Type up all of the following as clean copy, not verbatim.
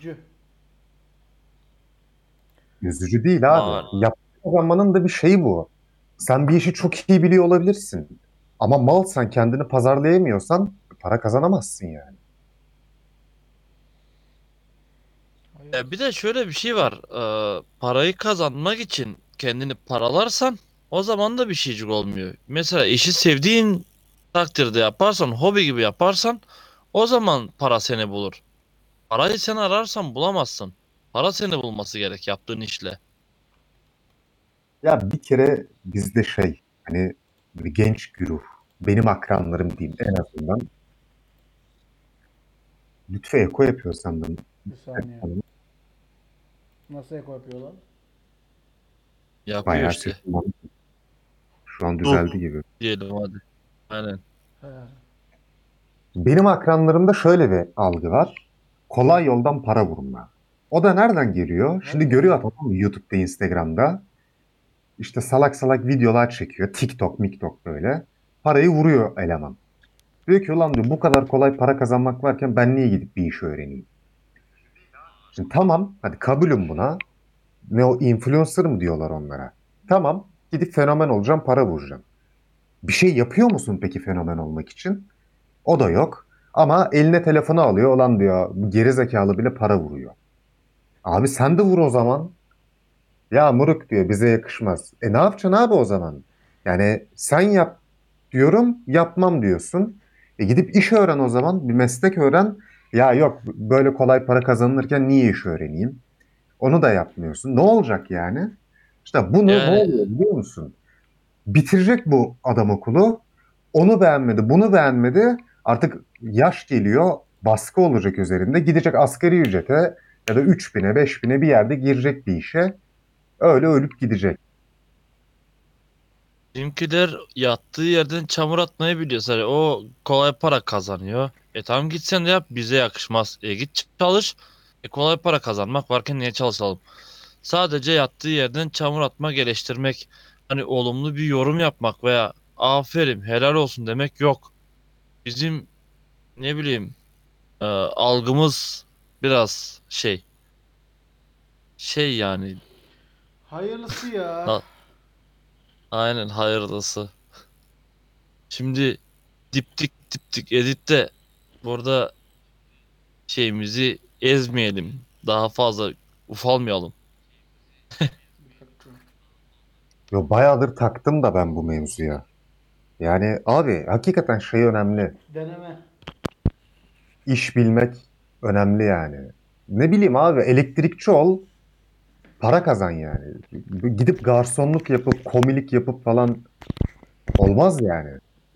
Üzücü. Üzücü değil abi. Mal. Kazanmanın da bir şeyi bu. Sen bir işi çok iyi biliyor olabilirsin. Ama mal sen kendini pazarlayamıyorsan para kazanamazsın yani. Hayırlısı. Bir de şöyle bir şey var. Parayı kazanmak için kendini paralarsan o zaman da bir şeycik olmuyor. Mesela işi sevdiğin takdirde yaparsan, hobi gibi yaparsan o zaman para seni bulur. Parayı sen ararsan bulamazsın. Para seni bulması gerek yaptığın işle. Ya bir kere bizde şey hani böyle genç güruh benim akranlarım diyeyim en azından. Lütfü Eko yapıyor sandım. Bir saniye. Nasıl eko yapıyorlar? Yapıyor Bayağı işte. sesim şu an Ruh düzeldi gibi. diyelim hadi. Aynen. He. Benim akranlarımda şöyle bir algı var. Kolay yoldan para vurma. O da nereden geliyor? Şimdi Nereden görüyor geliyor? tamam mı YouTube'da, Instagram'da. İşte salak salak videolar çekiyor. TikTok, miktok böyle. Parayı vuruyor eleman. Diyor ki ulan diyor bu kadar kolay para kazanmak varken ben niye gidip bir iş öğreneyim? Şimdi tamam hadi kabulüm buna. Ne o influencer mı diyorlar onlara? Tamam gidip fenomen olacağım para vuracağım. Bir şey yapıyor musun peki fenomen olmak için? O da yok. Ama eline telefonu alıyor. Olan diyor geri zekalı bile para vuruyor. Abi sen de vur o zaman. Ya Muruk diyor bize yakışmaz. Ne yapacaksın abi o zaman? Yani sen yap diyorum yapmam diyorsun. Gidip iş öğren o zaman. Bir meslek öğren. Ya yok böyle kolay para kazanılırken niye iş öğreneyim? Onu da yapmıyorsun. Ne olacak yani? İşte bunu ne Yani oluyor biliyor musun? Bitirecek bu adam okulu. Onu beğenmedi, bunu beğenmedi. Artık yaş geliyor, baskı olacak üzerinde. Gidecek asgari ücrete ya da 3.000'e, 5.000'e bir yerde girecek bir işe. Öyle ölüp gidecek. bizimkiler yattığı yerden çamur atmayı biliyor. Yani o kolay para kazanıyor. Tamam git sen de yap bize yakışmaz. Git çalış. Kolay para kazanmak varken niye çalışalım? Sadece yattığı yerden çamur atmak, eleştirmek, hani olumlu bir yorum yapmak veya aferin, helal olsun demek yok. Bizim ne bileyim algımız biraz şey yani Hayırlısı ya. a- aynen hayırlısı. Şimdi diptik editte burada şeyimizi ezmeyelim. Daha fazla ufalmayalım. Bir dakika. Yo, bayağıdır taktım da ben bu mevzuya. Yani abi hakikaten şey önemli. Deneme. İş bilmek önemli yani. Ne bileyim abi elektrikçi ol, para kazan yani. Gidip garsonluk yapıp, komilik yapıp falan olmaz yani.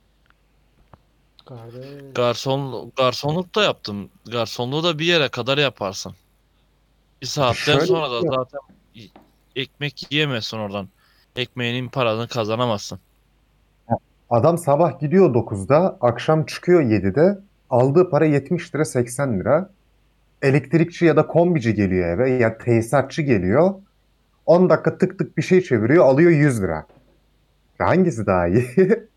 Kardeş. Garsonluk da yaptım. Garsonluğu da bir yere kadar yaparsın. Bir İşte saatten şöyle sonra da zaten ekmek yiyemezsin oradan. Ekmeğinin paranı kazanamazsın. adam sabah gidiyor 9'da, akşam çıkıyor 7'de. Aldığı para 70 lira 80 lira. Elektrikçi ya da kombici geliyor eve ya tesisatçı geliyor. 10 dakika tık tık bir şey çeviriyor alıyor 100 lira. Hangisi daha iyi?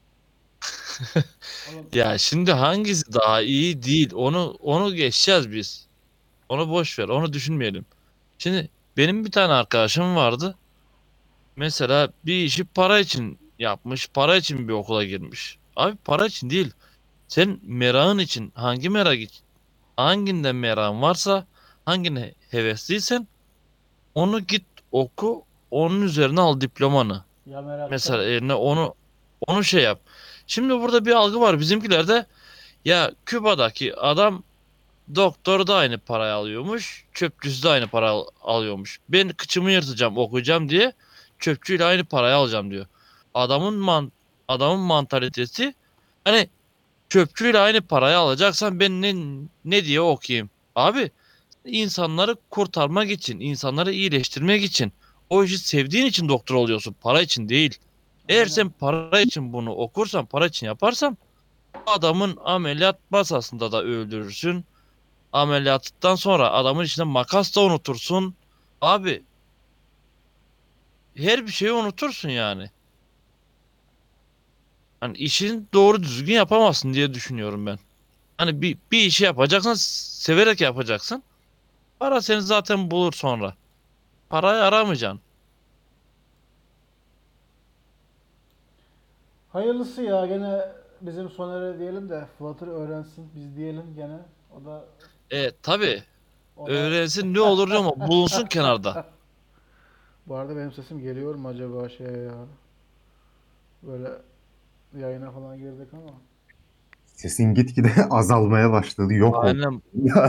Oğlum Ya şimdi hangisi daha iyi değil onu geçeceğiz biz. Onu boş ver, onu düşünmeyelim. Şimdi benim bir tane arkadaşım vardı. Mesela bir işi para için yapmış, para için bir okula girmiş. Abi para için değil. Sen merakın için hanginden merakın varsa, hangine hevesliysen onu git oku, onun üzerine al diplomanı. ya Mesela meraktan. eline onu şey yap. Şimdi burada bir algı var bizimkilerde. Ya Küba'daki adam doktor da aynı parayı alıyormuş, çöpçüsü de aynı para alıyormuş. Ben kıçımı yırtacağım, okuyacağım diye çöpçüyle aynı parayı alacağım diyor. Adamın man adamın mantalitesi hani çöpçüyle aynı parayı alacaksan ben ne diye okuyayım? Abi insanları kurtarmak için, insanları iyileştirmek için, o işi sevdiğin için doktor oluyorsun, para için değil. Eğer Aynen. sen para için bunu okursan, para için yaparsan adamın ameliyat masasında da öldürürsün. Ameliyattan sonra adamın içinde makas da unutursun. Abi her bir şeyi unutursun yani. Hani işin doğru düzgün yapamazsın diye düşünüyorum ben. Hani bir işi yapacaksan severek yapacaksın. Para seni zaten bulur sonra. Parayı aramayacaksın. Hayırlısı ya, gene bizim Soner'e diyelim de Flutter öğrensin, biz diyelim gene. O da Tabii. o da Öğrensin ne olur ama bulunsun kenarda. Bu arada benim sesim geliyor mu acaba şeye ya? Böyle yayına falan girdik ama. Sesin gitgide azalmaya başladı. Yok oldu. Aynen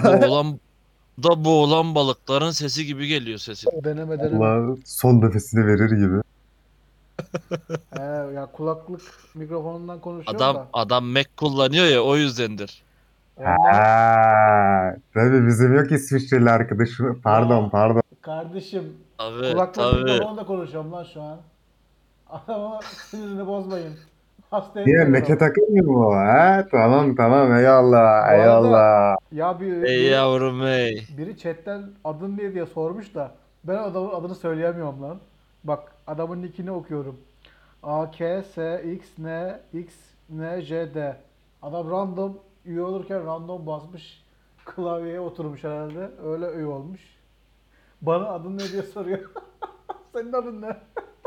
boğulan balıkların sesi gibi geliyor sesin. Deneme. Allah son nefesini verir gibi. He ya, kulaklık mikrofonundan konuşuyorum Adam da. adam Mac kullanıyor ya o yüzdendir. Ondan Tabii bizim yok İsviçreli arkadaşım. Pardon ya pardon. kardeşim, Tabii kulaklık tabii. mikrofonla konuşuyorum lan şu an. Adamı sinirini bozmayın. Hasta Niye etmeyin leke adamı. takılmıyor mu? Tamam tamam eyvallah Bu arada eyvallah. ya Ey yavrum ey. biri chatten adın ne diye sormuş da ben adamın adını söyleyemiyorum lan. Bak, adamın nickini okuyorum. A K S X N X N J D. Adam random üye olurken random basmış. Klavyeye oturmuş herhalde. Öyle üye olmuş. Bana adın ne diye soruyor. Senin adın ne?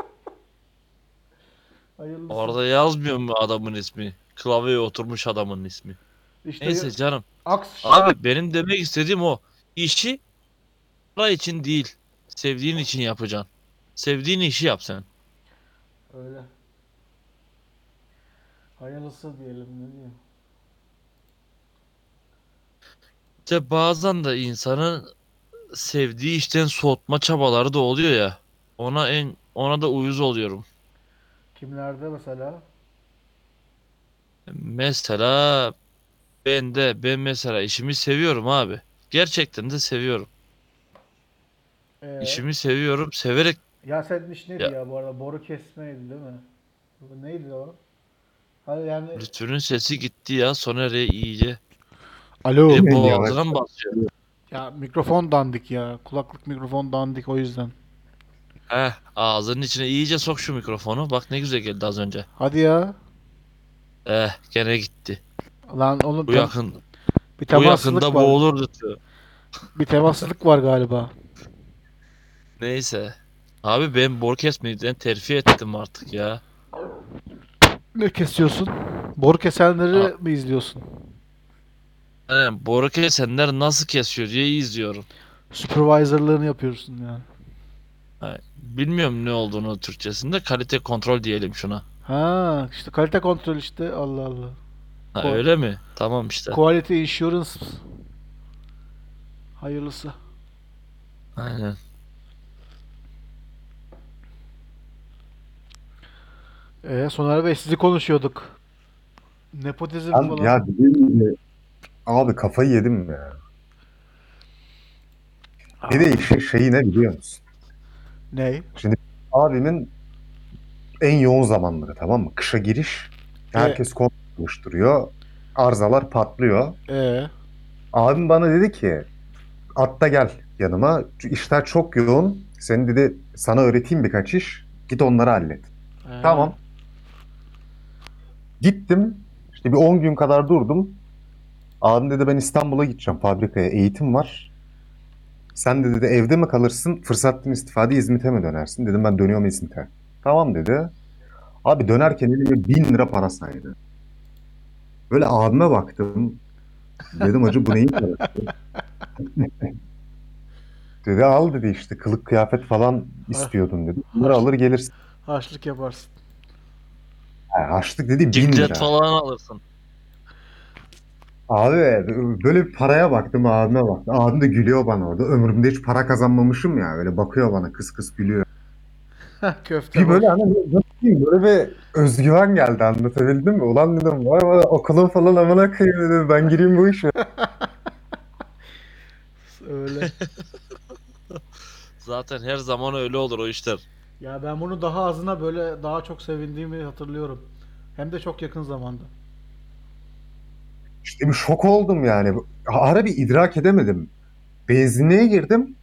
Hayırlısı. Orada yazmıyor mu adamın ismi? Klavyeye oturmuş adamın ismi. İşte Neyse canım. aks Abi benim demek istediğim o. İşi para için değil. Sevdiğin için yapacaksın. Sevdiğin işi yap sen. öyle. Hayırlısı diyelim, ne diyeyim. İşte bazen de insanın sevdiği işten soğutma çabaları da oluyor ya. Ona da uyuz oluyorum. Kimlerde mesela? Mesela ben mesela işimi seviyorum abi. Gerçekten de seviyorum. Ee, İşimi seviyorum. Severek Ya senin iş neydi ya ya bu arada? Boru kesmeydi değil mi? Bu neydi o? Hadi yani. Lütfü'nün sesi gitti ya. Soner'e iyice. Alo. Biri Yavaş. boğazına mı basıyor? Ya mikrofon dandik ya. Kulaklık mikrofon dandik, o yüzden. Ağzının içine iyice sok şu mikrofonu. Bak ne güzel geldi az önce. Hadi ya. Gene gitti. Lan oğlum, Bu yakın bir bu temassızlık yakında var. boğulur Lütfü. Bir temassızlık var galiba. Neyse. Abi ben boru kesmeyden terfi ettim artık ya. Ne kesiyorsun? Boru A- kesenleri mi izliyorsun? Yani boru kesenler nasıl kesiyor diye izliyorum. Supervisor'lığını yapıyorsun yani. Bilmiyorum ne olduğunu Türkçesinde kalite kontrol diyelim şuna. Ha, işte kalite kontrol işte. Allah Allah. Ko- Öyle mi? Tamam işte. Quality Insurance. Hayırlısı. Aynen. Soner Bey, sizi konuşuyorduk. Nepotizm falan. Ya dediğim gibi, abi kafayı yedim ya. Bir de işin şeyi ne biliyor musun? Ney? Şimdi abimin en yoğun zamanları, tamam mı? Kışa giriş. E, Herkes kod oluşturuyor. Arızalar patlıyor. e, Abim bana dedi ki atla gel yanıma. İşler çok yoğun. Seni dedi sana öğreteyim birkaç iş. Git onları hallet. e. Tamam. Gittim. İşte bir 10 gün kadar durdum. Abim dedi ben İstanbul'a gideceğim fabrikaya. Eğitim var. Sen de dedi evde mi kalırsın? Fırsattan istifade İzmit'e mi dönersin? Dedim ben dönüyorum İzmit'e. Tamam dedi. Abi dönerken elime 1.000 lira para saydı. Böyle abime baktım. Dedim acı bu neyin parası? Dedi al dedi işte kılık kıyafet falan Ha- istiyordun dedi. Bunları Harç, alır gelirsin. harçlık yaparsın. Harçlık dedi 1.000 Ciklet lira. falan alırsın. Abi böyle bir paraya baktım abime baktım. Abim de gülüyor bana orada. Ömrümde hiç para kazanmamışım ya. Böyle bakıyor bana kıs kıs gülüyor. Köfte Bir böyle var. hani nasıl diyeyim, böyle bir özgüven geldi anlatabildim mi? Ulan dedim vay vay okulum falan amına koyayım dedim. Ben gireyim bu işe. Öyle. Zaten her zaman öyle olur o işler. Ya ben bunu daha azına böyle daha çok sevindiğimi hatırlıyorum. Hem de çok yakın zamanda. İşte bir şok oldum yani. Ara bir idrak edemedim. Benzinliğe girdim.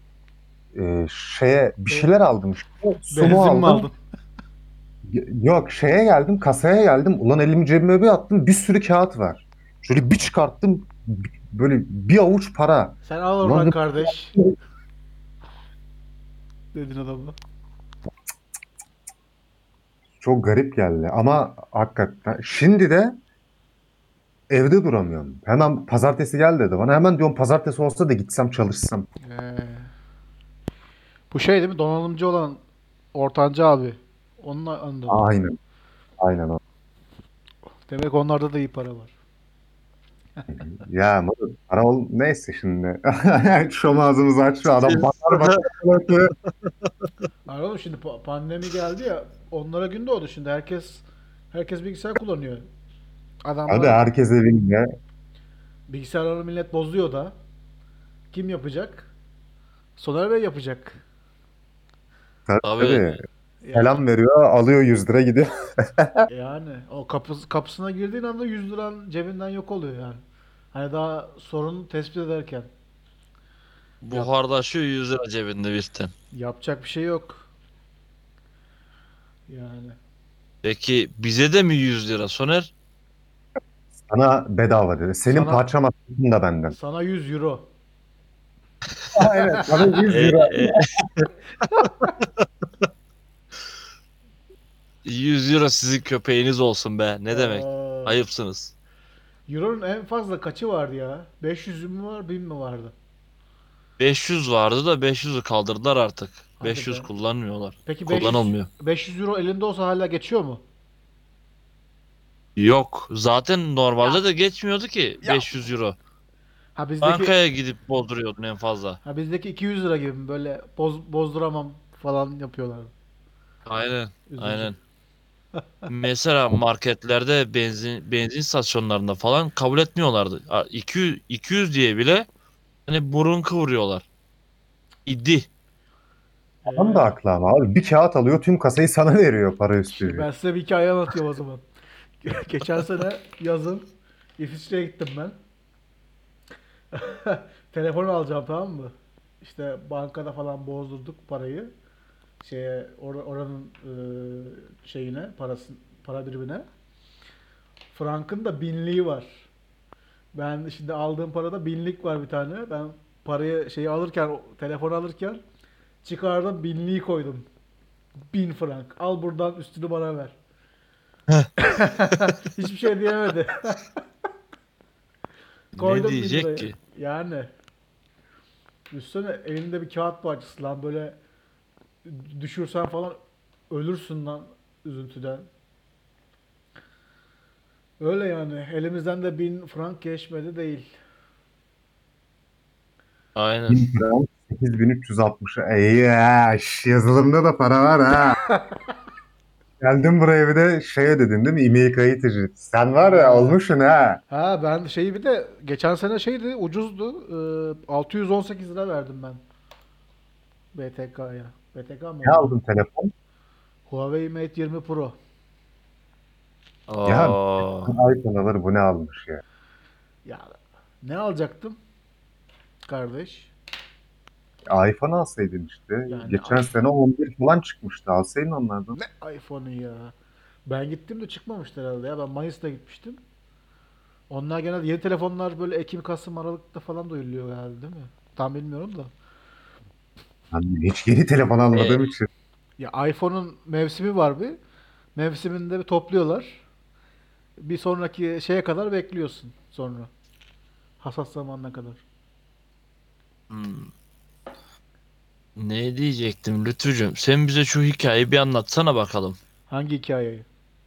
Şeye bir Be- şeyler aldım işte. Sumu Benzin mi aldım. aldın? Yok şeye geldim kasaya geldim. Ulan elimi cebime bir attım bir sürü kağıt var. Şöyle bir çıkarttım Böyle bir avuç para. Sen al oradan Ulan kardeş. Dedin adamı. çok garip geldi ama hakikaten. Şimdi de evde duramıyorum. Hemen pazartesi gel dedi bana. Hemen diyorum pazartesi olsa da gitsem çalışsam. Bu şey değil mi? Donanımcı olan Ortancı abi. Onun anında mı? Aynen. Aynen o. Demek onlarda da iyi para var. Ya moruk, para ol neyse şimdi. Şu ağzımızı açıyor adam bakar bakar. Anladın şimdi pandemi geldi ya, onlara gün doğdu şimdi, herkes bilgisayar kullanıyor. Abi Adamlar herkes evinde. bilgisayarları millet bozuyor da kim yapacak? Soner Bey yapacak. Abi Tabii. Yani Selam veriyor, alıyor 100 lira gidiyor. o kapısına girdiğin anda 100 liran cebinden yok oluyor yani. Hani daha sorunu tespit ederken yap, buhardaşıyor 100 lira cebinde birden. yapacak bir şey yok. Yani Peki bize de mi 100 lira Soner? Sana bedava dedi. Senin sana parça masrafın da benden. sana 100 euro. Aynen. Sana 100 E, lira. e, 100 euro sizin köpeğiniz olsun be. Ne demek? Aa, Ayıpsınız. Euro'nun en fazla kaçı vardı ya? 500 mü var, 1000 mi vardı? 500 vardı da 500'ü kaldırdılar artık. Hadi 500 be. kullanmıyorlar. Peki 500 Kullanılmıyor. 500 euro elinde olsa hala geçiyor mu? Yok. Zaten Ya normalde de geçmiyordu ki ya. 500 euro. Ha bizdeki Bankaya gidip bozduruyordun en fazla. ha bizdeki 200 lira gibi mi? Böyle bozduramam falan yapıyorlar. Aynen. Üzücü. Aynen. Mesela marketlerde benzin istasyonlarında falan kabul etmiyorlardı. 200 diye bile hani burun kıvırıyorlar. İdi. Adam da Ee, haklı ama abi. Bir kağıt alıyor tüm kasayı sana veriyor para Şimdi üstü. ben size bir hikaye anlatıyorum o zaman. Geçen sene yazın İsviçre'ye gittim ben. Telefon alacağım, tamam mı? İşte bankada falan bozdurduk parayı. Oranın şeyine, para birimine. Frank'ın da binliği var. Ben şimdi aldığım parada binlik var bir tane. Ben parayı alırken, telefonu alırken çıkardım, binliği koydum. 1000 frank. Al buradan, üstünü bana ver. Hiçbir şey diyemedi. Ne Koydum 1000 diyecek lirayı. ki? Yani üstüne elinde bir kağıt parçası lan, böyle düşürsen falan ölürsün lan üzüntüden. Öyle yani. Elimizden de 1000 frank geçmedi değil. Aynen. 1000 frank 8360. Yaş, yazılımda da para var ha. Geldim buraya bir de şey ödedin değil mi? İMEI kayıt ücreti. Sen var ya Ha. olmuşsun ha. Ha, ben bir de geçen sene ucuzdu. 618 lira verdim ben BTK'ya. BTK mı Ne oluyor? aldın telefon? Huawei Mate 20 Pro. Ya Aa, iPhone alır bu ne almış ya. Ya ne alacaktım kardeş? iPhone alsaydın işte. Yani Geçen sene 11 falan çıkmıştı. Alsaydın onlardan. ne iPhone'u ya? Ben gittim de çıkmamıştı herhalde ya. Ben Mayıs'ta gitmiştim. Onlar genelde yeni telefonlar böyle Ekim, Kasım, Aralık'ta falan duyuluyor herhalde, değil mi? Tam bilmiyorum da. Ben hiç yeni telefon almadığım e, için. Ya iPhone'un mevsimi var bir. Mevsiminde bir topluyorlar. Bir sonraki şeye kadar bekliyorsun sonra. Hasat zamanına kadar. hmm, ne diyecektim Lütfücüm? Sen bize şu hikayeyi bir anlatsana bakalım. Hangi hikayeyi?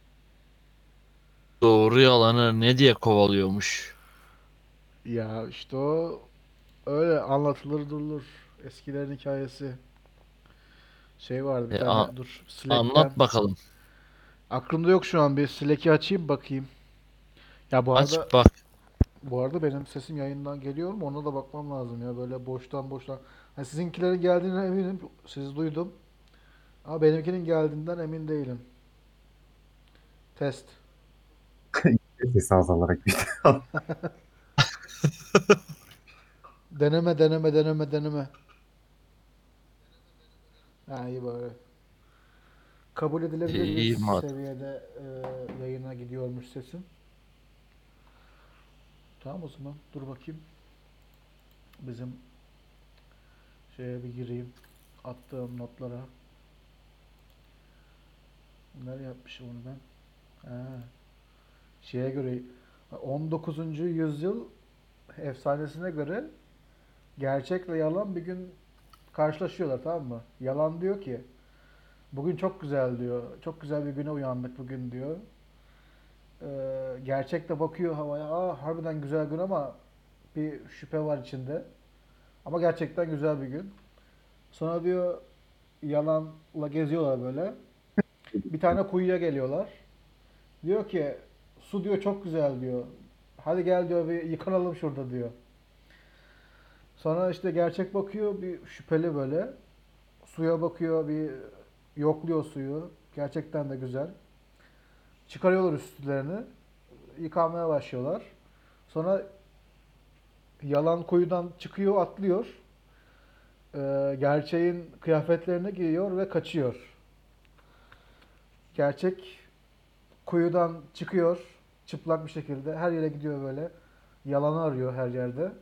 Doğru yalanı ne diye kovalıyormuş? Ya işte o öyle anlatılır durulur. Eskilerin hikayesi. Vardı bir E, tane, dur, Slack'ten. anlat bakalım. Aklımda yok şu an, bir Slack'i açayım bakayım. Ya Aç bak. bu arada benim sesim yayından geliyor mu? Ona da bakmam lazım ya, böyle boştan. Ha, sizinkilerin geldiğine eminim. Sizi duydum. Ama benimkinin geldiğinden emin değilim. Test. Sesi azalarak bir Deneme. Ha, iyi böyle. Kabul edilebilir bir İyi madem. seviyede yayına gidiyormuş sesim. Tamam o zaman. Dur bakayım. Bizim şeye bir gireyim. Attığım notlara. Nereye yapmışım onu ben? Ha, şeye göre 19. yüzyıl efsanesine göre gerçekle yalan bir gün karşılaşıyorlar, tamam mı? Yalan diyor ki bugün çok güzel diyor. Çok güzel bir güne uyandık bugün diyor. Gerçek de bakıyor havaya. Aa, harbiden güzel gün ama bir şüphe var içinde. Ama gerçekten güzel bir gün. Sonra diyor yalanla geziyorlar böyle. Bir tane kuyuya geliyorlar. Diyor ki su diyor çok güzel diyor. Hadi gel diyor bir yıkanalım şurada diyor. Sonra işte gerçek bakıyor bir şüpheli böyle. Suya bakıyor bir yokluyor suyu. Gerçekten de güzel. Çıkarıyorlar üstlerini. Yıkanmaya başlıyorlar. Sonra yalan kuyudan çıkıyor atlıyor. Gerçeğin kıyafetlerini giyiyor ve kaçıyor. Gerçek kuyudan çıkıyor çıplak bir şekilde. Her yere gidiyor böyle. Yalanı arıyor her yerde.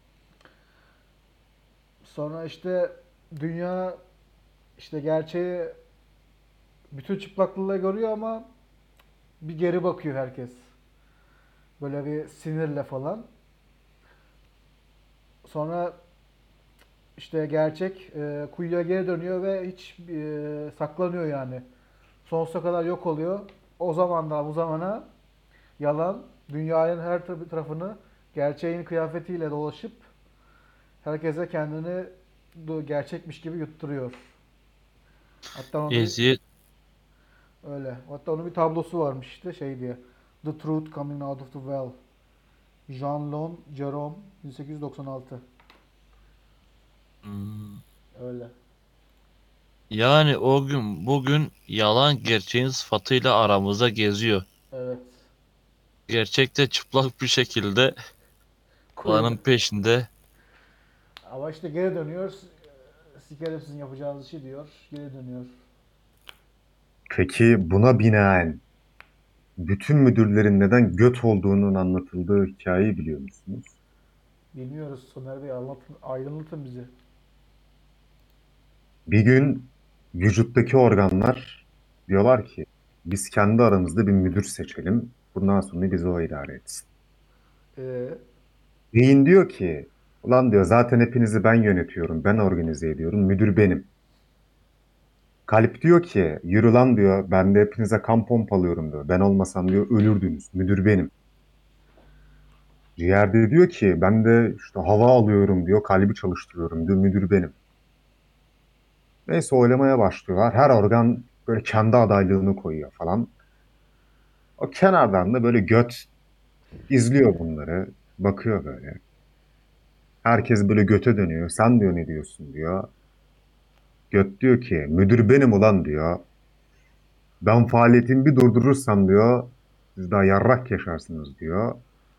Sonra işte dünya işte gerçeği bütün çıplaklığıyla görüyor ama bir geri bakıyor herkes. Böyle bir sinirle falan. Sonra işte gerçek kuyuya geri dönüyor ve hiç saklanıyor yani. Sonsuza kadar yok oluyor. O zamandan bu zamana yalan dünyanın her tarafını gerçeğin kıyafetiyle dolaşıp herkese kendini gerçekmiş gibi yutturuyor. Hatta onun bir Eziyet. öyle. Hatta onun bir tablosu varmış işte şey diye. The Truth Coming Out of the Well. Jean-Lon Jerome 1896. Hmm. Öyle. Yani o gün bugün yalan gerçeğin sıfatıyla aramızda geziyor. Evet. Gerçekte çıplak bir şekilde Kuyuda. yalanın peşinde. Ama işte geri dönüyor. Sikerim sizin yapacağınız işi diyor. Geri dönüyor. Peki buna binaen bütün müdürlerin neden göt olduğunun anlatıldığı hikayeyi biliyor musunuz? Bilmiyoruz Soner Bey, anlatın, aydınlatın bizi. Bir gün vücuttaki organlar diyorlar ki biz kendi aramızda bir müdür seçelim. Bundan sonra bizi o idare etsin. Ee, Beyin diyor ki ulan diyor zaten hepinizi ben yönetiyorum, ben organize ediyorum, müdür benim. Kalp diyor ki yürü lan diyor ben de hepinize kan pompalıyorum diyor. Ben olmasam diyor ölürdünüz, müdür benim. Ciğer de diyor ki ben de işte hava alıyorum diyor, kalbi çalıştırıyorum diyor, müdür benim. Neyse oylamaya başlıyorlar. Her organ böyle kendi adaylığını koyuyor falan. O kenardan da böyle göt izliyor bunları. Bakıyor böyle. Herkes böyle göte dönüyor. Sen diyor ne diyorsun diyor. Göt diyor ki müdür benim ulan diyor. Ben faaliyetimi bir durdurursam diyor. Siz daha yarrak yaşarsınız diyor.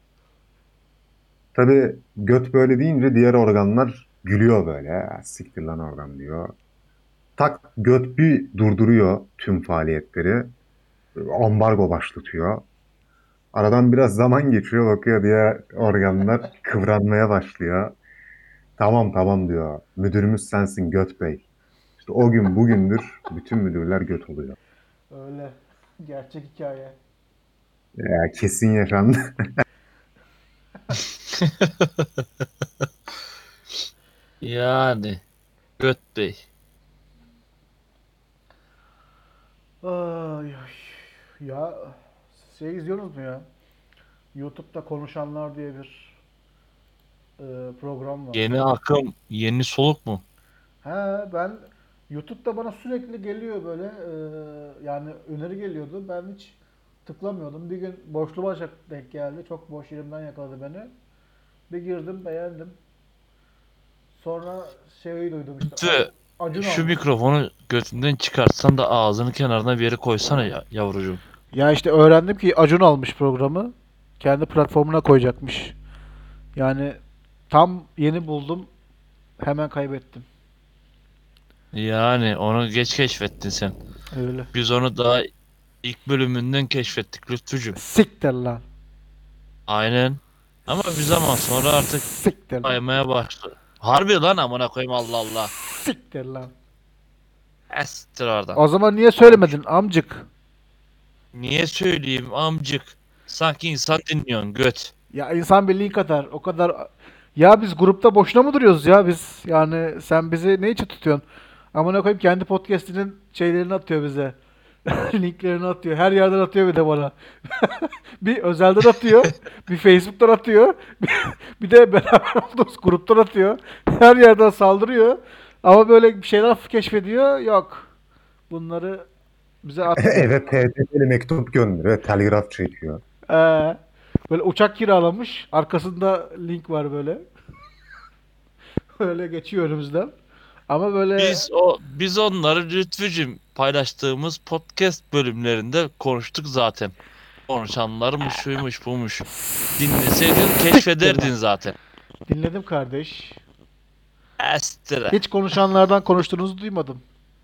Tabii göt böyle deyince diğer organlar gülüyor böyle. "Ha, siktir lan oradan diyor. Tak göt bir durduruyor tüm faaliyetleri. Ambargo başlatıyor. Aradan biraz zaman geçiyor bakıyor diğer organlar kıvranmaya başlıyor. Tamam tamam diyor. Müdürümüz sensin Göt Bey. İşte o gün bugündür bütün müdürler göt oluyor. öyle. Gerçek hikaye. Ya, kesin yaşandı. Yani göt bey. Ay, ay. Ya şey izliyorsunuz mu ya? YouTube'da Konuşanlar diye bir program var. Yeni akım, yeni soluk mu? He, ben YouTube'da bana sürekli geliyor böyle yani öneri geliyordu. Ben hiç tıklamıyordum. Bir gün boşluğa denk geldi. Çok boş yerimden yakaladı beni. Bir girdim, beğendim. Sonra şeyi duydum işte Lütfü, Acun şu almış. mikrofonu götünden çıkartsan da ağzının kenarına bir yere koysana ya, yavrucuğum. Ya işte öğrendim ki Acun almış programı. Kendi platformuna koyacakmış. Yani tam yeni buldum. Hemen kaybettim. Yani onu geç keşfettin sen. Öyle. Biz onu daha ilk bölümünden keşfettik Lütfücüğüm. Siktir lan. Aynen. Ama bir zaman sonra artık Siktir lan. kaymaya başladı. Harbi lan amına koyayım Allah Allah. Siktir lan. Estir oradan. O zaman niye söylemedin amcık? Niye söyleyeyim amcık? Sanki insan dinliyorsun göt. Ya insan bir link atar. O kadar. Ya biz grupta boşuna mı duruyoruz ya biz? Yani sen bizi ne için tutuyorsun? Amına koyayım kendi podcast'inin şeylerini atıyor bize. Linklerini atıyor. Her yerden atıyor bir de bana. Bir özelden atıyor. Bir Facebook'tan atıyor. Bir de beraber olduğumuz gruptan atıyor. Her yerden saldırıyor. Ama böyle bir şeyler keşfediyor. Yok. Bunları bize atmıyor. Eve PTT'li mektup gönderiyor. Telgraf çekiyor. Ee, Böyle uçak kiralamış. Arkasında link var böyle. Öyle geçiyor önümüzden. Ama böyle Biz onları Lütfücüm paylaştığımız podcast bölümlerinde konuştuk zaten. Konuşanlarmış şuymuş buymuş. Dinleseydin siktir lan. keşfederdin zaten. Dinledim kardeş. Estire. Hiç konuşanlardan konuştuğunuzu duymadım.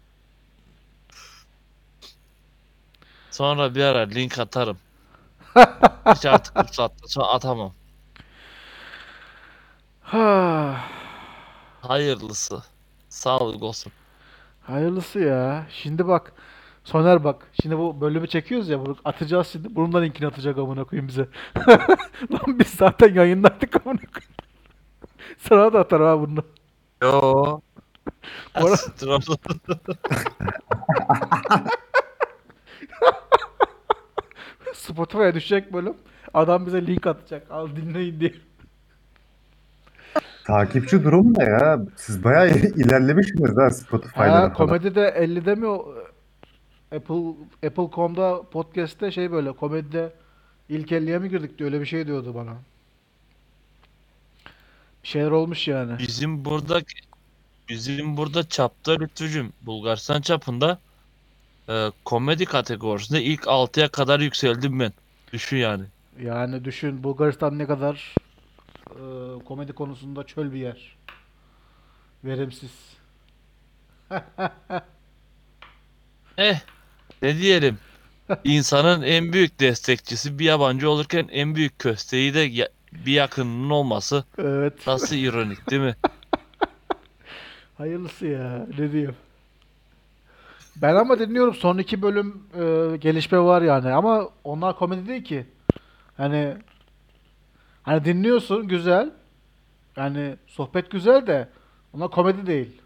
Sonra bir ara link atarım. Hiç artık bu saatten sonra atamam. Ha, Hayırlısı. Sağlık olsun. hayırlısı ya. Şimdi bak. Soner bak. Şimdi bu bölümü çekiyoruz ya. Bunu atacağız şimdi. Bunun da linkini atacak amına koyayım bize. Lan biz zaten yayındaydık amına koyayım. Sana da atar ha bunu. Yo. Bu ara Estir oradan. Spotify'a düşecek bölüm. Adam bize link atacak. Al dinleyin diye. Takipçi durum ne ya? Siz bayağı ilerlemişsiniz ha Ha Spotify'lara falan. komedide 50'de mi o Apple.com'da podcast'te şey böyle komedide ilk 50'ye mi girdik diyor öyle bir şey diyordu bana. Bir şeyler olmuş yani. Bizim burada çapta Lütfücüm Bulgaristan çapında komedi kategorisinde ilk 6'ya kadar yükseldim ben. Düşün yani. Yani düşün Bulgaristan ne kadar komedi konusunda çöl bir yer. Verimsiz. Eh, ne diyelim? İnsanın en büyük destekçisi bir yabancı olurken en büyük kösteği de bir yakınının olması Evet. nasıl ironik değil mi? Hayırlısı ya. Ne diyeyim. Ben ama dinliyorum son iki bölüm gelişme var yani ama onlar komedi değil ki. Hani dinliyorsun güzel. Yani sohbet güzel de onlar komedi değil.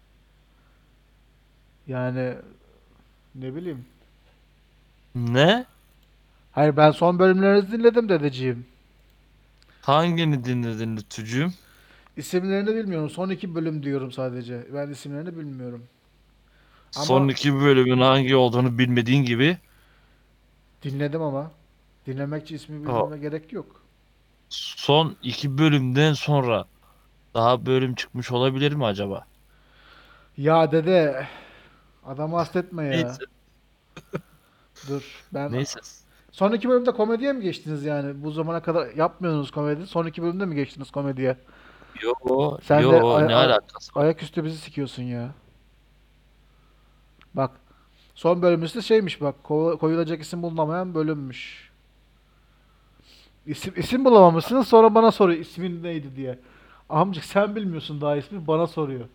Yani ne bileyim. Ne? Hayır ben son bölümlerinizi dinledim dedeciğim. Hangini dinledin Lütfücüğüm? İsimlerini bilmiyorum. Son iki bölüm diyorum sadece. Ben isimlerini bilmiyorum. Son Ama iki bölümün hangi olduğunu bilmediğin gibi dinledim ama. Dinlemek için ismi o bilmeme gerek yok. son iki bölümden sonra daha bölüm çıkmış olabilir mi acaba? Ya dede, adamı hastetme ya. Neyse. Dur ben... Neyse. Son iki bölümde komediye mi geçtiniz yani? Bu zamana kadar yapmıyordunuz komedi. Son iki bölümde mi geçtiniz komediye? Yo, Sen de yo, ne alakası var? ayaküstü bizi sikiyorsun ya. Bak son bölümümüzde şeymiş bak koyulacak isim bulunamayan bölümmüş. İsim bulamamışsınız sonra bana soruyor ismin neydi diye. Amcık sen bilmiyorsun daha ismi bana soruyor.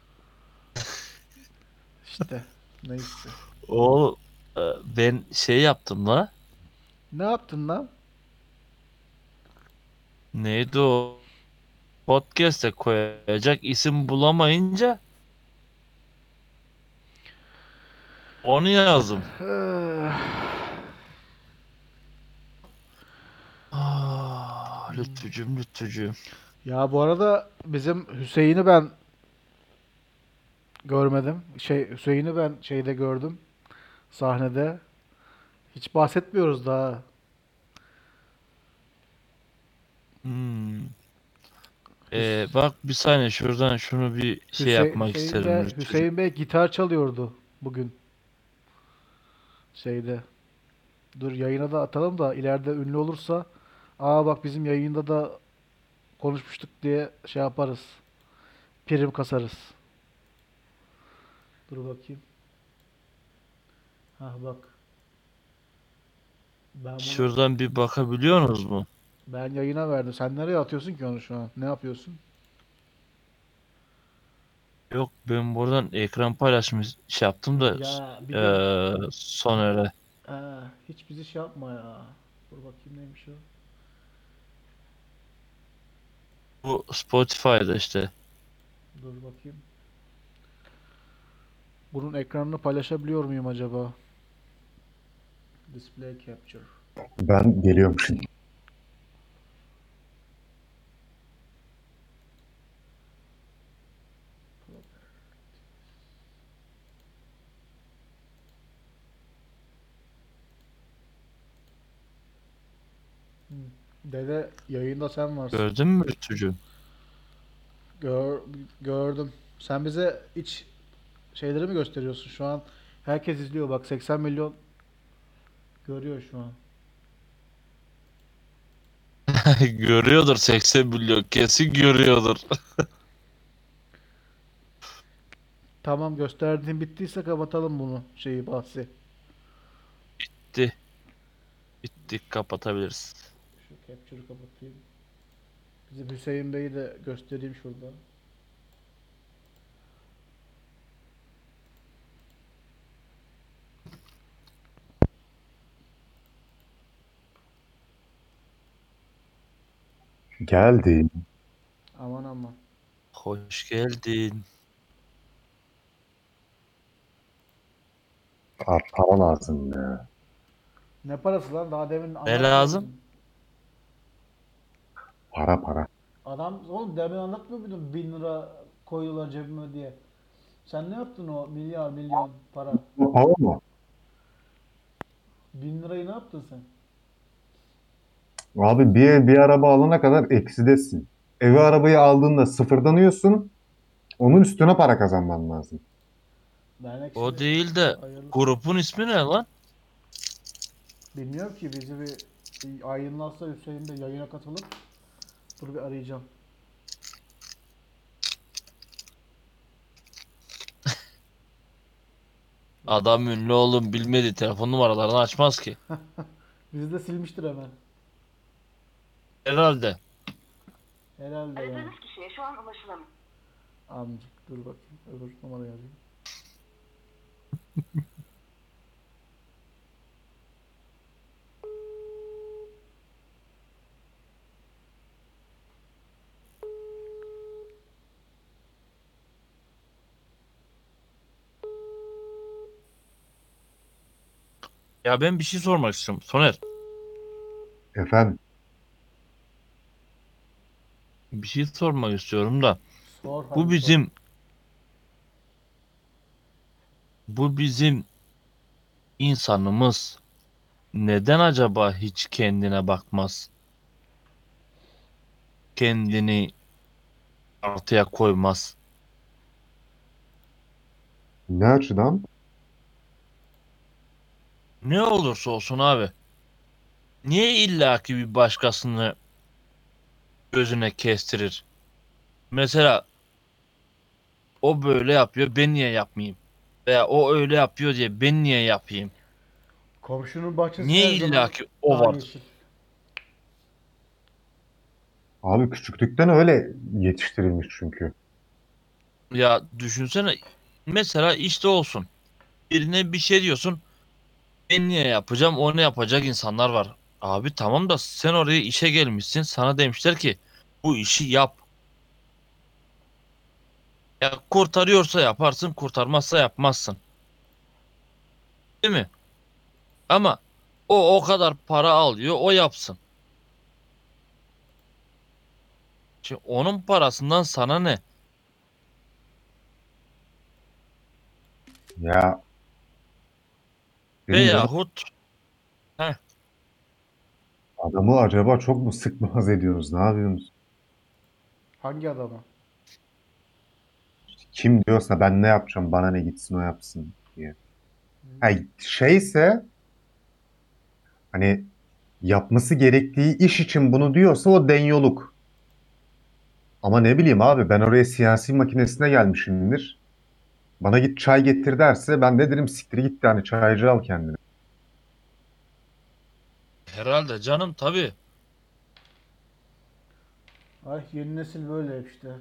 İşte neyse. O ben şey yaptım la. Ne yaptın lan? Neydi o? Podcast'e koyacak isim bulamayınca onu yazdım. Lütfücüm, lütfücüm. Ya bu arada bizim Hüseyin'i ben görmedim. Hüseyin'i ben şeyde gördüm sahnede. Hiç bahsetmiyoruz daha. Hmm. Hüs Bak bir saniye şuradan şunu bir şey yapmak isterim lütfücüm. Hüseyin Bey gitar çalıyordu bugün şeyde. Dur yayına da atalım da ileride ünlü olursa aa bak bizim yayında da konuşmuştuk diye şey yaparız. Prim kasarız. Dur bakayım. Ha bak. Ben bunu Şuradan bir bakabiliyorsunuz mu? Ben yayına verdim. Sen nereye atıyorsun ki onu şu an? Ne yapıyorsun? Yok, ben buradan ekran paylaşımı şey yaptım da Ya bir de son öyle. hiç bizi şey yapma ya. Dur bakayım neymiş o. Bu Spotify'da işte. Dur bakayım. Bunun ekranını paylaşabiliyor muyum acaba? Display capture. Ben geliyorum şimdi. Hı. Dede yayında sen varsın. Gördün mü çocuğum? Gör, gördüm. Sen bize iç şeyleri mi gösteriyorsun şu an? Herkes izliyor bak 80 milyon görüyor şu an. Görüyordur, 80 milyon kesin görüyordur. Tamam gösterdiğin bittiyse kapatalım bunu şeyi bahsi. Bitti. Bitti, kapatabiliriz. Şu capture'ı kapatayım. Bizim Hüseyin Bey'i de göstereyim şurada. Geldi. Aman aman. Hoş geldin. Para lazım ya. Ne parası lan? Daha demin Ne anlatmıyor lazım? muydun? Para. Adam oğlum demin anlatmıyor muydun 1.000 lira koydular cebime diye. Sen ne yaptın o milyar milyon para? Bu para mı? 1.000 lirayı ne yaptın sen? Abi bir araba alana kadar eksidesin. Evi arabayı aldığında sıfırdanıyorsun. Onun üstüne para kazanman lazım. Ben O eksidesin değil de hayırlısı. grubun ismi ne lan? Bilmiyorum ki bizi bir yayınlarsa Hüseyin de yayına katılıp dur bir arayacağım. Adam ünlü oğlum, bilmedi, telefon numaralarını açmaz ki. Bizi de silmiştir hemen. Herhalde. Herhalde yani. Aradığınız kişiye şu an ulaşılamıyor. Amcık dur bakayım öbür numarayı arayayım. Ya ben bir şey sormak istiyorum Soner. Efendim, Bir şey sormak istiyorum da. Sor Bu hadi sor. bizim bu bizim insanımız neden acaba hiç kendine bakmaz? Kendini ortaya koymaz. ne açıdan? Ne olursa olsun abi. Niye illaki bir başkasını gözüne kestirir? Mesela o böyle yapıyor, ben niye yapmayayım? Veya o öyle yapıyor diye ben niye yapayım? Komşunun bahçesi Niye her zaman illaki o daha vardır? yeşil. Abi küçüklükten öyle yetiştirilmiş çünkü. Ya düşünsene, mesela işte olsun. Birine bir şey diyorsun. Ben niye yapacağım? Onu yapacak insanlar var. Abi tamam da sen oraya işe gelmişsin. Sana demişler ki bu işi yap. Ya kurtarıyorsa yaparsın, kurtarmazsa yapmazsın. Değil mi? Ama o kadar para alıyor, o yapsın. Şimdi onun parasından sana ne? Ya benim canım Veyahut heh, adamı acaba çok mu sık boğaz ediyorsunuz? Ne yapıyorsunuz? Hangi adama? Kim diyorsa ben ne yapacağım bana ne gitsin o yapsın diye. Ha, şeyse hani yapması gerektiği iş için bunu diyorsa o denyoluk. Ama ne bileyim abi ben oraya siyasi makinesine gelmişimdir. Bana git çay getir derse ben de derim siktir git yani çaycı al kendine. herhalde canım tabii. Ay yeni nesil böyle hep işte.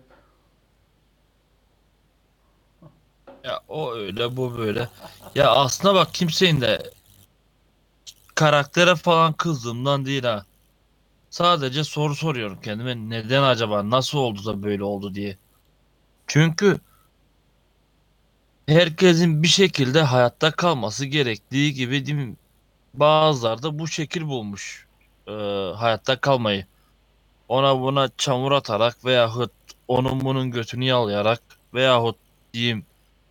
Ya o öyle bu böyle. Ya aslında bak kimsenin de karaktere falan kızdığımdan değil ha. Sadece soru soruyorum kendime. Neden acaba? Nasıl oldu da böyle oldu diye. Çünkü herkesin bir şekilde hayatta kalması gerektiği gibi değil mi? Bazıları da bu şekil bulmuş e, hayatta kalmayı. Ona buna çamur atarak veyahut onun bunun götünü yalayarak veyahut diyeyim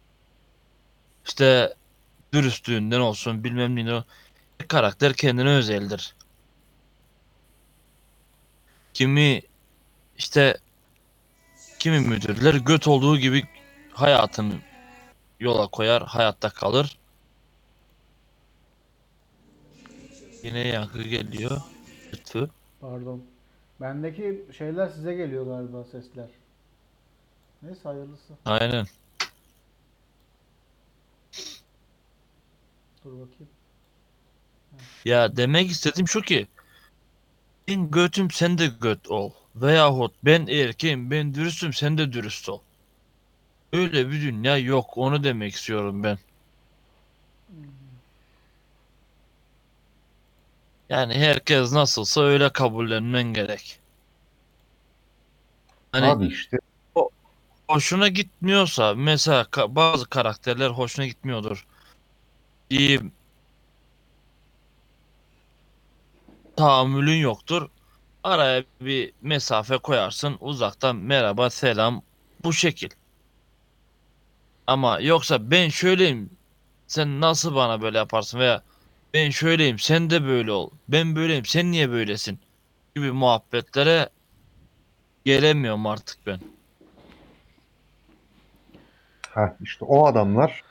işte dürüstlüğünden olsun bilmem ne o. Karakter kendine özeldir. Kimi işte kimi müdürler göt olduğu gibi hayatını yola koyar, hayatta kalır. Yine yankı geliyor. Lütfü. Pardon. Bendeki şeyler size geliyor galiba, sesler. Neyse hayırlısı. Aynen. Dur bakayım. Ya demek istediğim şu ki ben götüm sen de göt ol. Veyahut ben erkeğim ben dürüstüm sen de dürüst ol. Öyle bir dünya yok onu demek istiyorum ben. Yani herkes nasılsa öyle kabullenmen gerek. Hani Abi işte o hoşuna gitmiyorsa mesela bazı karakterler hoşuna gitmiyordur. Diyeyim tahammülün yoktur. Araya bir mesafe koyarsın uzaktan merhaba selam bu şekil. Ama yoksa ben şöyleyim sen nasıl bana böyle yaparsın veya ben şöyleyim sen de böyle ol. Ben böyleyim sen niye böylesin gibi muhabbetlere gelemiyorum artık ben. işte o adamlar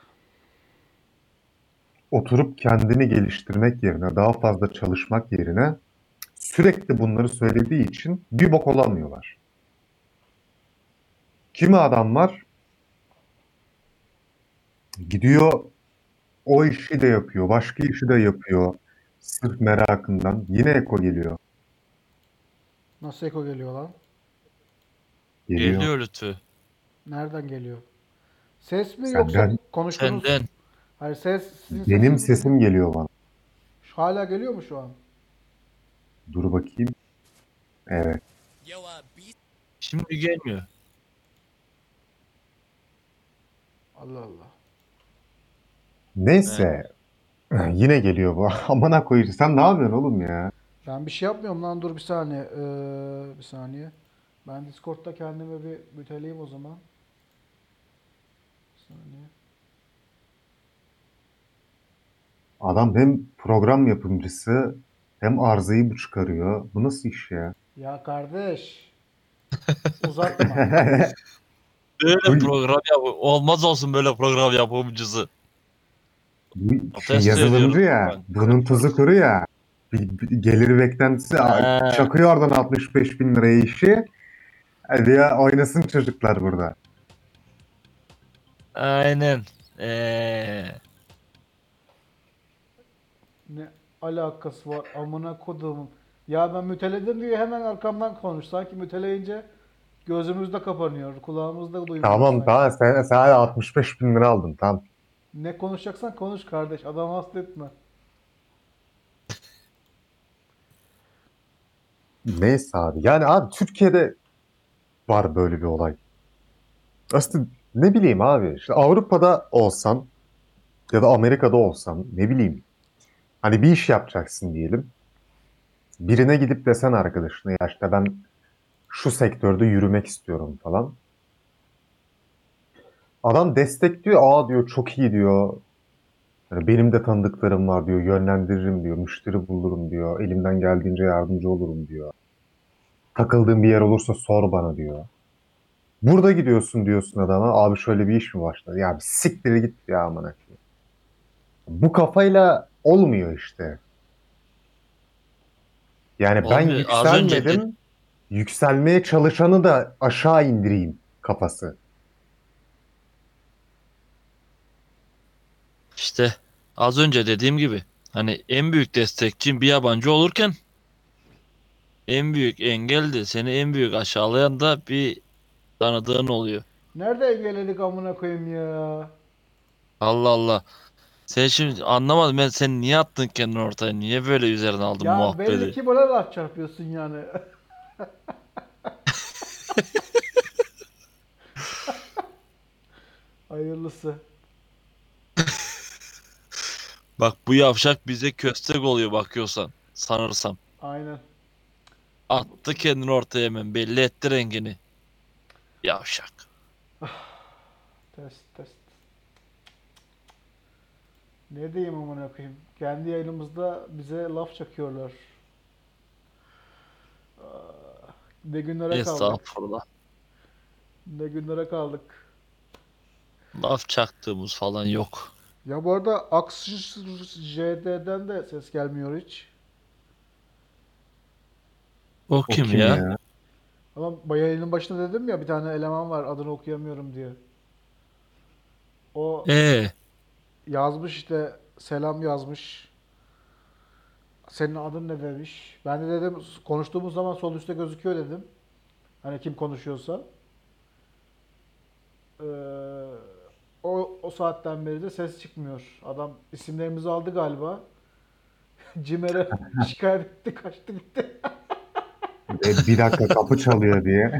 oturup kendini geliştirmek yerine, daha fazla çalışmak yerine sürekli bunları söylediği için bir bok olamıyorlar. Kimi adamlar gidiyor o işi de yapıyor, başka işi de yapıyor. Sırf merakından. Yine eko geliyor. Nasıl eko geliyor lan? Geliyor. Geliyor Lütfü. Nereden geliyor? Ses mi yoksa Senden konuştuğunuz? Senden. Hayır, ses sizin benim sesiniz mi geliyor? sesim geliyor bana. Hala geliyor mu şu an? Dur bakayım. Evet. Şimdi gelmiyor. Allah Allah. He. Neyse. Yine geliyor bu. Amına koyucu. Sen ne yapıyorsun oğlum ya? Ben bir şey yapmıyorum lan, dur bir saniye. Bir saniye. Ben Discord'da kendime bir müteleyim o zaman. Bir saniye. Adam hem program yapımcısı hem arızayı bu çıkarıyor. Bu nasıl iş ya? Ya kardeş, uzatma. Böyle Bu, program yap olmaz olsun böyle program yapımcısı. bu şey Protesto ediyorum yazılımcı ya. ben. Bunun tuzu kuru ya. Bir gelir beklentisi Ha, çakıyor oradan 65 bin liraya işi. Hadi ya oynasın çocuklar burada. aynen. Ne alakası var amına koduğum. Ya ben müteledim diye hemen arkamdan konuş. Sanki müteleyince gözümüzde kapanıyor, kulağımızda duymuyoruz Tamam sanki. tamam sen 65 bin lira aldın tamam. Ne konuşacaksan konuş kardeş. Adam hasta etme. Neyse abi. Yani abi Türkiye'de var böyle bir olay. Aslında ne bileyim abi. İşte Avrupa'da olsan ya da Amerika'da olsan ne bileyim. Hani bir iş yapacaksın diyelim. Birine gidip desen arkadaşına ya işte ben şu sektörde yürümek istiyorum falan. Adam destekliyor. Aa diyor çok iyi diyor. Yani benim de tanıdıklarım var diyor. Yönlendiririm diyor. Müşteri bulurum diyor. Elimden geldiğince yardımcı olurum diyor. Takıldığın bir yer olursa sor bana diyor. Burada gidiyorsun diyorsun adama. Abi şöyle bir iş mi başladı? Ya bir siktir git ya amına koyayım. Bu kafayla olmuyor işte. Yani ben Olmuyor. Az önce de yükselmedim. Yükselmeye çalışanı da aşağı indireyim kafası. işte az önce dediğim gibi hani en büyük destekçin bir yabancı olurken en büyük engel de seni en büyük aşağılayan da bir tanıdığın oluyor. Nerede engelledik amına koyayım ya? Allah Allah. Sen şimdi anlamadım, ben seni niye attın kendini ortaya? Niye böyle üzerine aldın Ya belli muhabbeti? ki bana laf çarpıyorsun yani. Hayırlısı. Bak bu yavşak bize köstek oluyor bakıyorsan. Sanırsam. Aynen. Attı kendini ortaya, hemen belli etti rengini. Yavşak. Test test. Ne diyeyim amına koyayım? Kendi yayınımızda bize laf çakıyorlar. Ne günlere kaldık. Estağfurullah. Ne günlere kaldık. Laf çaktığımız falan yok. Ya bu arada Aks JD'den de ses gelmiyor hiç. O O kim kim ya? ya? Ama yayının başında dedim ya bir tane eleman var adını okuyamıyorum diye. O Ee, yazmış işte selam yazmış. Senin adın ne demiş. Ben de dedim konuştuğumuz zaman sol üstte gözüküyor dedim. Hani kim konuşuyorsa. Ee, o saatten beri de ses çıkmıyor. Adam isimlerimizi aldı galiba. Cimer'e şikayet etti kaçtı gitti. Bir dakika kapı çalıyor diye.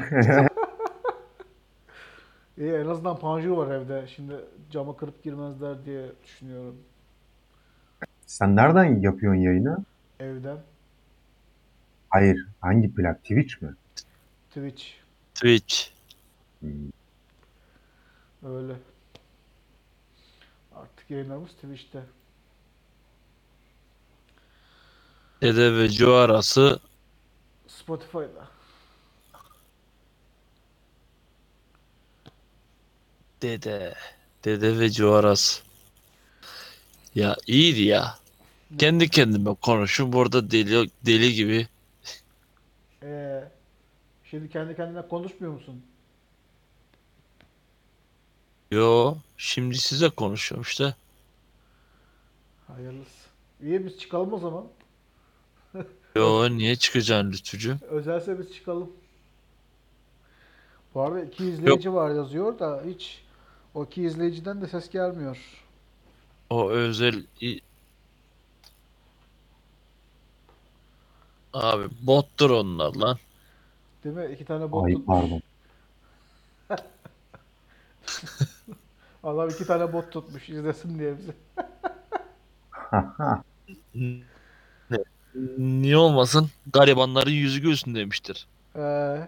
İyi en azından panjur var evde. Şimdi camı kırıp girmezler diye düşünüyorum. Sen nereden yapıyorsun yayını? Evden. Hayır. Hangi plak? Twitch mi? Twitch. Twitch. Hmm. Öyle. Artık yayınlarımız Twitch'te. Dede ve Joe arası. Spotify'da. Dede. Dede ve Joe arası. Ya iyiydi ya. Ne? Kendi kendime konuşun burada deli deli gibi. Ee, şimdi kendi kendine konuşmuyor musun? Yo, şimdi size konuşuyorum işte. Hayırlısı. İyi biz çıkalım o zaman. Öz- Yo, niye çıkacaksın Lütfücüğüm? özelse biz çıkalım. Bu arada iki Yok, izleyici var yazıyor da hiç o iki izleyiciden de ses gelmiyor. o özel abi bottur onlar lan. Değil mi? İki tane bot Ay tutmuş. pardon. Adam iki tane bot tutmuş izlesin diye bizi. Ne? Niye olmasın? Garibanların yüzü gülsün demiştir. Ee,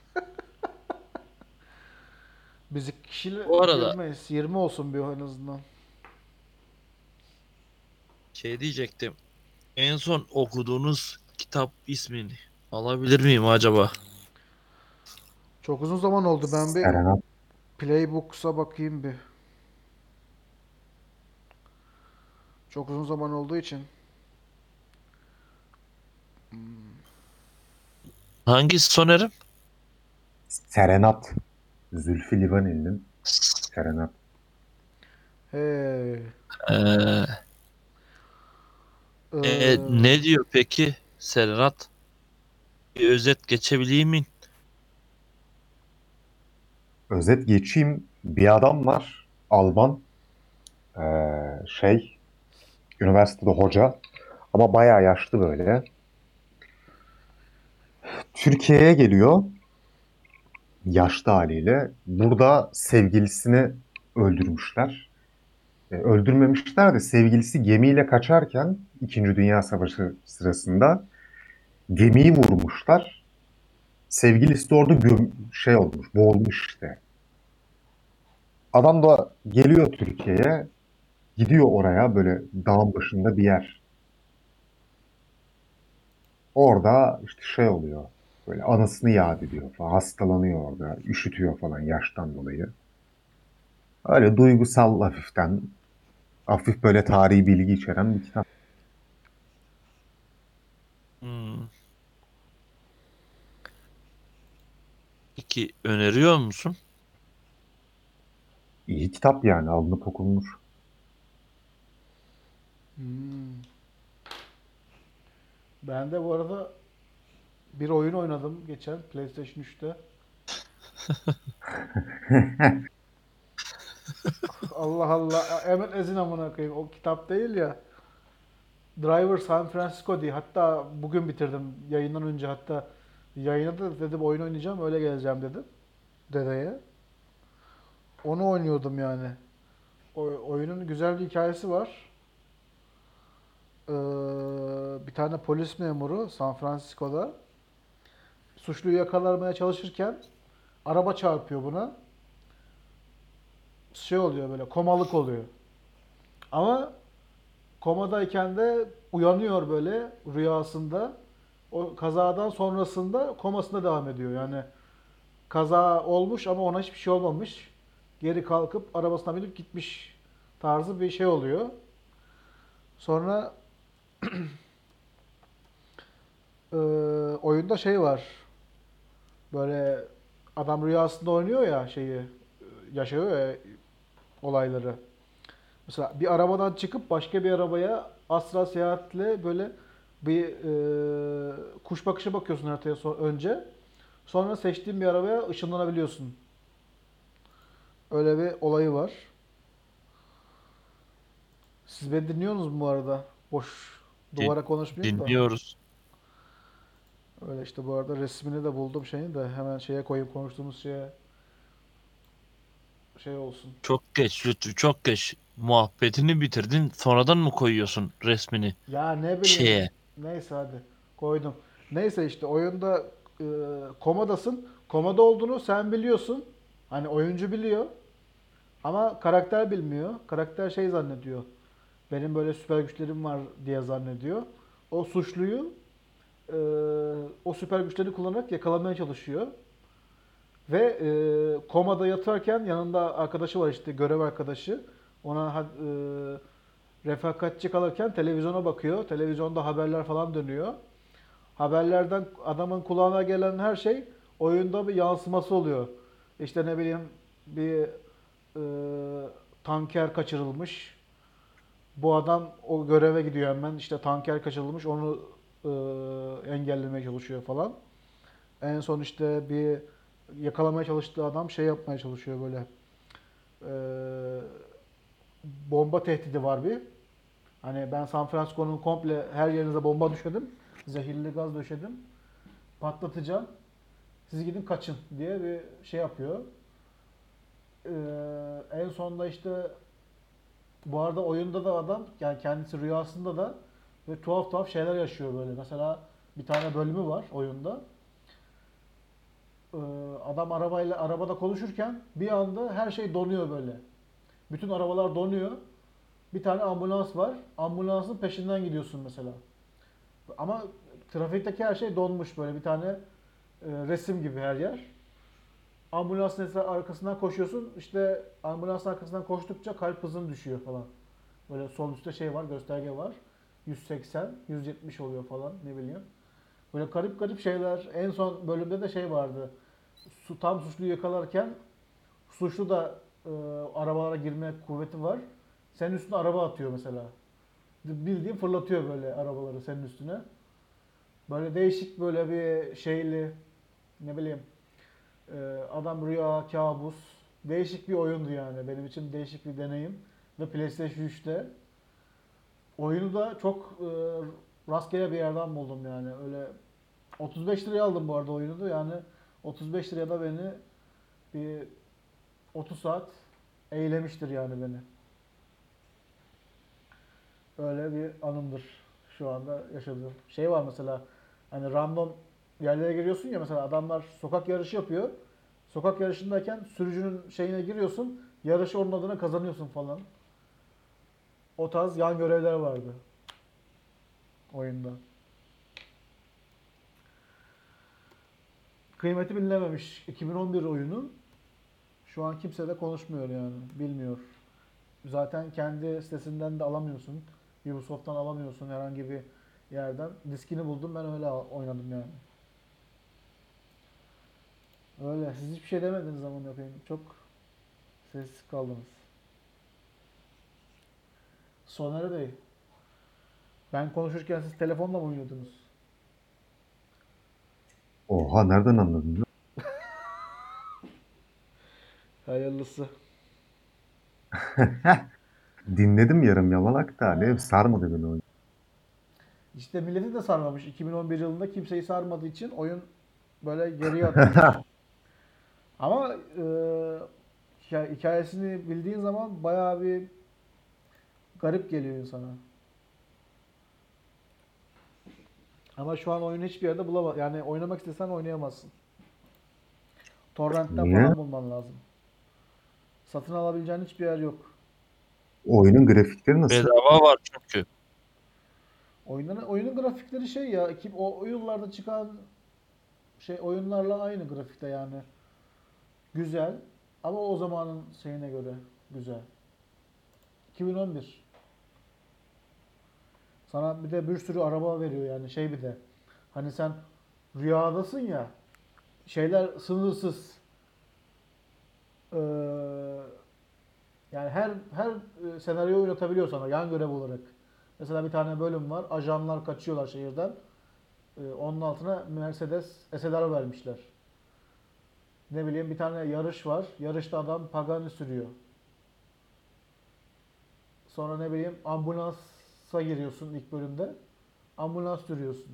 biz iki kişiyle Bu arada girmeyiz. 20 olsun bir en azından. şey diyecektim. En son okuduğunuz kitap ismini alabilir miyim acaba? Çok uzun zaman oldu. Ben bir Serenat. Playbooks'a bakayım bir. Çok uzun zaman olduğu için. Hangisi Soner'im? Serenat. Zülfü Livaneli'nin Serenat. Hey. Ee, Ee, ne diyor peki Serhat? Bir özet geçebileyim mi? Özet geçeyim. Bir adam var. Alman. Şey. Üniversitede hoca. Ama bayağı yaşlı böyle. Türkiye'ye geliyor. Yaşlı haliyle. Burada sevgilisini öldürmüşler. Öldürmemişler de sevgilisi gemiyle kaçarken İkinci Dünya Savaşı sırasında gemiyi vurmuşlar. Sevgilisi de orada şey olmuş, boğulmuş işte. Adam da geliyor Türkiye'ye, gidiyor oraya böyle dağın başında bir yer. Orada işte şey oluyor, böyle anısını yad ediyor falan, hastalanıyor orada, üşütüyor falan yaştan dolayı. Öyle duygusal hafiften, hafif böyle tarihi bilgi içeren bir kitap. Hmm. Peki öneriyor musun? İyi kitap yani, alınıp okunur. hmm. Ben de bu arada Bir oyun oynadım geçen PlayStation 3'te. Allah Allah. Hemen ezin amına koyayım. O kitap değil ya. Driver San Francisco diye. Hatta bugün bitirdim. Yayından önce hatta yayına da dedim oyun oynayacağım öyle geleceğim dedim. Dedeye. Onu oynuyordum yani. Oyunun güzel bir hikayesi var. Ee, Bir tane polis memuru San Francisco'da suçluyu yakalamaya çalışırken araba çarpıyor buna. Şey oluyor böyle komalık oluyor. Ama komadayken de uyanıyor böyle rüyasında. O kazadan sonrasında komasında devam ediyor. Yani kaza olmuş ama ona hiçbir şey olmamış. Geri kalkıp arabasına binip gitmiş tarzı bir şey oluyor. Sonra e, oyunda şey var. Böyle adam rüyasında oynuyor ya şeyi yaşıyor ya olayları. Mesela bir arabadan çıkıp başka bir arabaya astral seyahatle böyle bir kuş bakışı bakıyorsun haritaya önce. Sonra seçtiğin bir arabaya ışınlanabiliyorsun. Öyle bir olayı var. Siz beni dinliyorsunuz mu bu arada? Boş Din- duvara konuşmayayım da. Dinliyoruz. Öyle işte bu arada resmini de buldum şeyini de hemen şeye koyayım konuştuğumuz şeye şey olsun. Çok geç Lütfü, çok geç. Muhabbetini bitirdin. Sonradan mı koyuyorsun resmini Ya ne bileyim. şeye? Neyse hadi koydum. Neyse işte oyunda e, komadasın. Komada olduğunu sen biliyorsun. Hani oyuncu biliyor. Ama karakter bilmiyor. Karakter şey zannediyor. Benim böyle süper güçlerim var diye zannediyor. O suçluyu e, o süper güçlerini kullanarak yakalamaya çalışıyor. Ve komada yatarken yanında arkadaşı var işte görev arkadaşı. Ona refakatçi kalırken televizyona bakıyor. Televizyonda haberler falan dönüyor. Haberlerden adamın kulağına gelen her şey oyunda bir yansıması oluyor. İşte ne bileyim bir tanker kaçırılmış. Bu adam o göreve gidiyor hemen. İşte tanker kaçırılmış onu engellemeye çalışıyor falan. En son işte bir yakalamaya çalıştığı adam şey yapmaya çalışıyor böyle. Eee, Bomba tehdidi var bir. Hani ben San Francisco'nun komple her yerinize bomba döşedim. Zehirli gaz döşedim. Patlatacağım. Siz gidin kaçın diye bir şey yapıyor. En sonunda işte bu arada oyunda da adam yani kendisi rüyasında da ve tuhaf tuhaf şeyler yaşıyor böyle. Mesela bir tane bölümü var oyunda. Ee, Adam arabada konuşurken bir anda her şey donuyor böyle. Bütün arabalar donuyor. Bir tane ambulans var. Ambulansın peşinden gidiyorsun mesela. Ama trafikteki her şey donmuş böyle bir tane resim gibi her yer. Ambulansın arkasından koşuyorsun. İşte ambulansın arkasından koştukça kalp hızın düşüyor falan. Böyle sol üstte şey var, gösterge var. 180, 170 oluyor falan ne bileyim. Böyle garip garip şeyler. En son bölümde de şey vardı. Tam suçluyu yakalarken suçlu da arabalara girme kuvveti var. Senin üstüne araba atıyor mesela. Bildiğin fırlatıyor böyle arabaları senin üstüne. Böyle değişik böyle bir şeyli ne bileyim adam rüya, kabus. Değişik bir oyundu yani. Benim için değişik bir deneyim. Ve PlayStation 3'te. Oyunu da çok rastgele bir yerden buldum yani. Öyle 35 liraya aldım bu arada oyunu da yani 35 liraya da beni bir 30 saat eğlemiştir yani beni. Öyle bir anımdır şu anda yaşadığım. Şey var mesela hani random yerlere giriyorsun ya mesela adamlar sokak yarışı yapıyor. Sokak yarışındayken sürücünün şeyine giriyorsun. Yarışı onun adına kazanıyorsun falan. O tarz yan görevler vardı oyunda. Kıymeti bilinememiş 2011 oyunu. Şu an kimse de konuşmuyor yani. Bilmiyor. Zaten kendi sitesinden de alamıyorsun. Ubisoft'tan alamıyorsun herhangi bir yerden. Diskini buldum ben öyle oynadım yani. Öyle. Siz hiçbir şey demediniz zaman yapayım. Çok sessiz kaldınız. Soner Bey, ben konuşurken siz telefonla mı oynuyordunuz? Oha, nereden anladın? Hayırlısı. Dinledim yarım yamalak da ne sarmadı beni oyun. İşte milleti de sarmamış. 2011 yılında kimseyi sarmadığı için oyun böyle geriye atılmış. Ama hikayesini bildiğin zaman bayağı bir garip geliyor insana. Ama şu an oyunu hiçbir yerde bulamaz. Yani oynamak istesen oynayamazsın. Torrent'ten Niye? falan bulman lazım. Satın alabileceğin hiçbir yer yok. Oyunun grafikleri nasıl? Bedava var çünkü. Oyunun grafikleri şey ya, o yıllarda çıkan şey oyunlarla aynı grafikte yani. Güzel ama o zamanın şeyine göre güzel. 2011. Sana bir de bir sürü araba veriyor yani şey bir de. Hani sen rüyadasın ya. Şeyler sınırsız. Ee, Yani her senaryo oynatabiliyor sana yan görev olarak. Mesela bir tane bölüm var. Ajanlar kaçıyorlar şehirden. Onun altına Mercedes SLR vermişler. Ne bileyim bir tane yarış var. Yarışta adam Pagani sürüyor. Sonra ne bileyim ambulansa giriyorsun ilk bölümde. Ambulans sürüyorsun.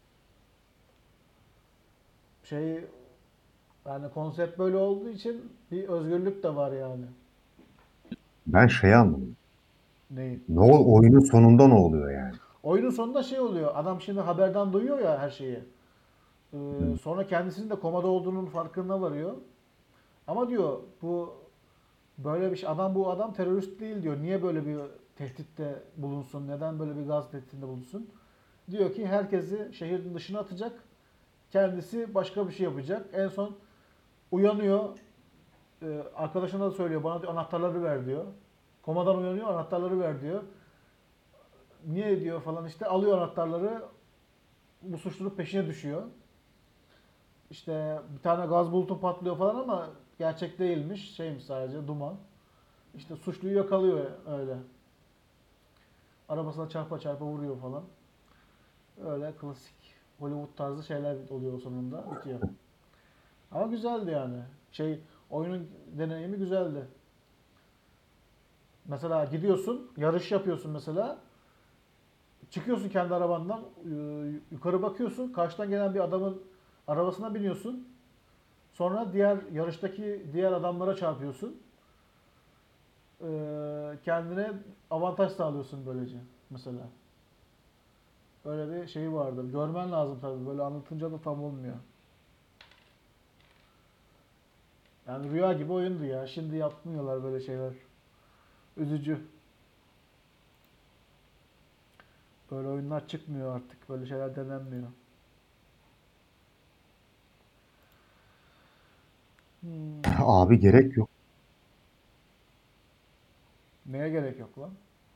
Şey Yani konsept böyle olduğu için bir özgürlük de var yani. Ben şeyi anlamadım. Neyi? Oyunun sonunda ne oluyor yani? Oyunun sonunda şey oluyor. Adam şimdi haberden duyuyor ya her şeyi. Hı. Sonra kendisinin de komada olduğunun farkına varıyor. Ama diyor bu böyle bir şey. Bu adam terörist değil diyor. Niye böyle bir tehditte bulunsun? Neden böyle bir gaz tehditinde bulunsun? Diyor ki herkesi şehrin dışına atacak. Kendisi başka bir şey yapacak. En son uyanıyor. Arkadaşına da söylüyor. Bana diyor, anahtarları ver diyor. Komadan uyanıyor. Anahtarları ver diyor. Niye diyor falan işte. Alıyor anahtarları. Bu suçlunun peşine düşüyor. İşte bir tane gaz bulutu patlıyor falan ama gerçek değilmiş. Şeymiş sadece duman. İşte suçluyu yakalıyor öyle. Arabasına çarpa çarpa vuruyor falan. Öyle klasik Hollywood tarzı şeyler oluyor sonunda. Bitiyor. Ama güzeldi yani. Oyunun deneyimi güzeldi. Mesela gidiyorsun, yarış yapıyorsun mesela. Çıkıyorsun kendi arabandan, yukarı bakıyorsun. Karşıdan gelen bir adamın arabasına biniyorsun. Sonra yarıştaki diğer adamlara çarpıyorsun. Kendine avantaj sağlıyorsun böylece mesela. Öyle bir şey vardı. Görmen lazım tabii. Böyle anlatınca da tam olmuyor. Yani rüya gibi oyundu ya. Şimdi yapmıyorlar böyle şeyler. Üzücü. Böyle oyunlar çıkmıyor artık. Böyle şeyler denenmiyor. Hmm. Abi gerek yok. Neye gerek yok lan?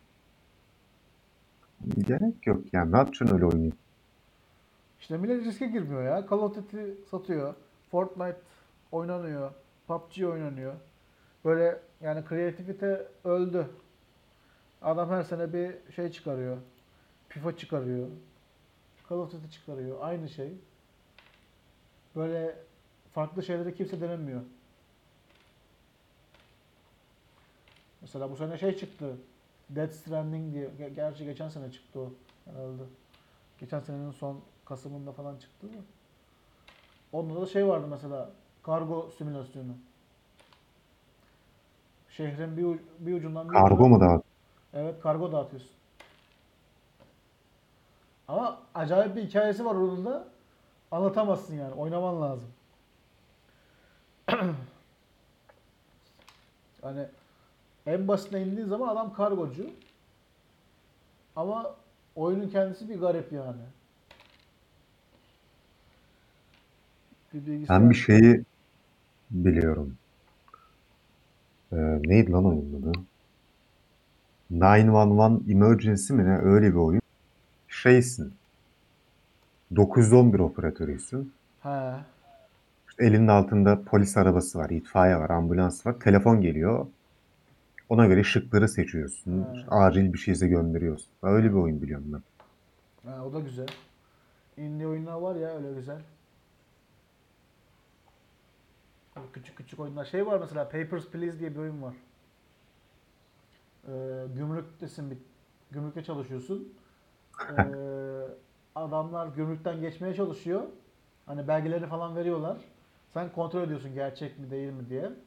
Gerek yok yani. Ne yapacaksın öyle oyunu? İşte millet riske girmiyor ya. Call of Duty satıyor. Fortnite oynanıyor. PUBG oynanıyor. Böyle yani kreativite öldü. Adam her sene bir şey çıkarıyor. FIFA çıkarıyor. Call of Duty çıkarıyor. Aynı şey. Böyle farklı şeyleri kimse denemiyor. Mesela bu sene şey çıktı. Death Stranding diye. Gerçi geçen sene çıktı o herhalde. Geçen senenin son Kasım'ında falan çıktı mı? Onda da şey vardı mesela. Kargo simülasyonu. Şehrin bir ucundan bir Kargo ucuna mu daha? evet kargo dağıtıyorsun. Ama acayip bir hikayesi var onun da. Anlatamazsın yani. Oynaman lazım. Hani en basitine indiğin zaman adam kargocu. Ama oyunun kendisi bir garip yani. Bir Ben bir bilgisayar. şeyi biliyorum. Neydi lan oyunun adı? 911 Emergency mi ne? Öyle bir oyun. Şeysin. 911 operatörüysün. He. İşte elinin altında polis arabası var, itfaiye var, ambulans var. Telefon geliyor. Ona göre şıkları seçiyorsun. İşte He. acil bir şeyse gönderiyorsun. Öyle bir oyun biliyorum ben. O da güzel. Indie oyunlar var ya öyle güzel. Böyle küçük küçük oyunlar. Şey var mesela, Papers, Please diye bir oyun var. Gümrüktesin, gümrükte çalışıyorsun. Ee, adamlar gümrükten geçmeye çalışıyor. Hani belgelerini falan veriyorlar. Sen kontrol ediyorsun gerçek mi değil mi diye.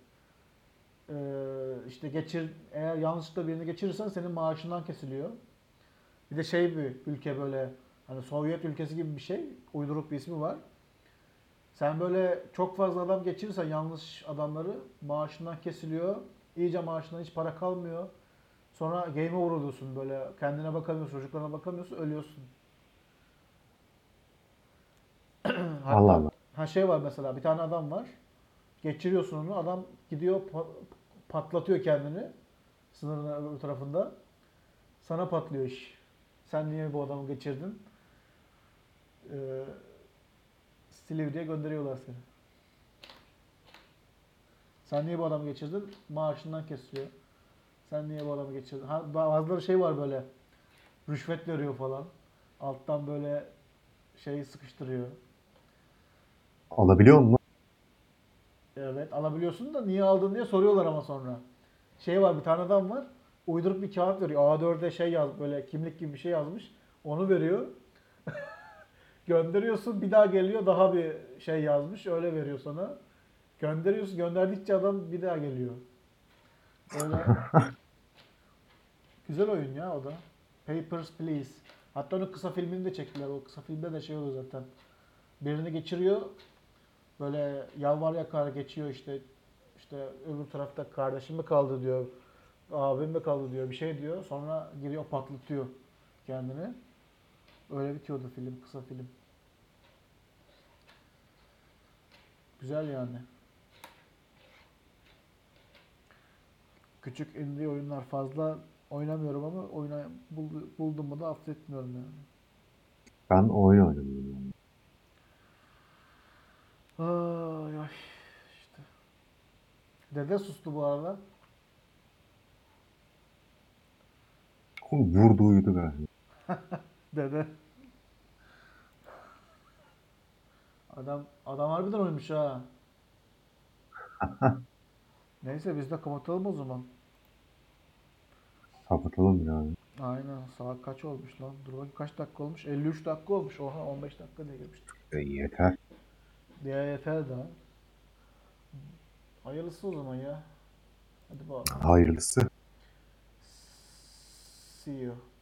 İşte eğer yanlışlıkla birini geçirirsen senin maaşından kesiliyor. Bir de şey, bir ülke böyle, hani Sovyet ülkesi gibi bir şey. Uyduruk bir ismi var. Sen böyle çok fazla adam geçirirsen, yanlış adamları, maaşından kesiliyor. İyice maaşından hiç para kalmıyor. Sonra game'e oluyorsun, böyle kendine bakamıyorsun, çocuklarına bakamıyorsun, ölüyorsun. Allah Hatta Allah. şey var mesela, bir tane adam var. Geçiriyorsun onu, adam gidiyor patlatıyor kendini sınırın öbür tarafında. Sana patlıyor iş. Sen niye bu adamı geçirdin? Ee, Silivri'ye gönderiyorlar seni. Sen niye bu adamı geçirdin? Maaşından kesiliyor. Sen niye bu adamı geçirdin? Bazıları şey var böyle, rüşvet veriyor falan. Alttan böyle şeyi sıkıştırıyor. Alabiliyor musun? Evet, alabiliyorsun da niye aldın diye soruyorlar ama sonra. Şey var, bir tane adam var. Uyduruk bir kağıt veriyor. A4'e şey böyle kimlik gibi bir şey yazmış. Onu veriyor. Gönderiyorsun, bir daha geliyor, daha bir şey yazmış. Öyle veriyor sana. Gönderiyorsun. Gönderdikçe adam bir daha geliyor. Öyle güzel oyun ya o da. Papers, Please. Hatta onun kısa filmini de çektiler. O kısa filmde de şey oluyor zaten. Birini geçiriyor. Böyle yalvar yakar geçiyor işte. İşte öbür tarafta kardeşim mi kaldı diyor. Abim mi kaldı diyor. Bir şey diyor. Sonra giriyor patlatıyor kendini. Öyle bitiyordu film. Kısa film. Güzel yani. Küçük indie oyunlar fazla oynamıyorum ama buldum mu da affetmiyorum yani. Ben oyun oynadım yani. Ay ay işte. Dede sustu bu arada. Onu vurdu uyudu galiba. Dede. Adam harbiden oymuş ha. Neyse biz de kapatalım o zaman. Kapatalım ya. Aynen, saat kaç olmuş lan? Dur bakayım, kaç dakika olmuş? 53 dakika olmuş. Oha, 15 dakika diye girmiştik. Yeter. Diye yeter daha. Hayırlısı o zaman ya. Hadi bakalım. Hayırlısı. See you.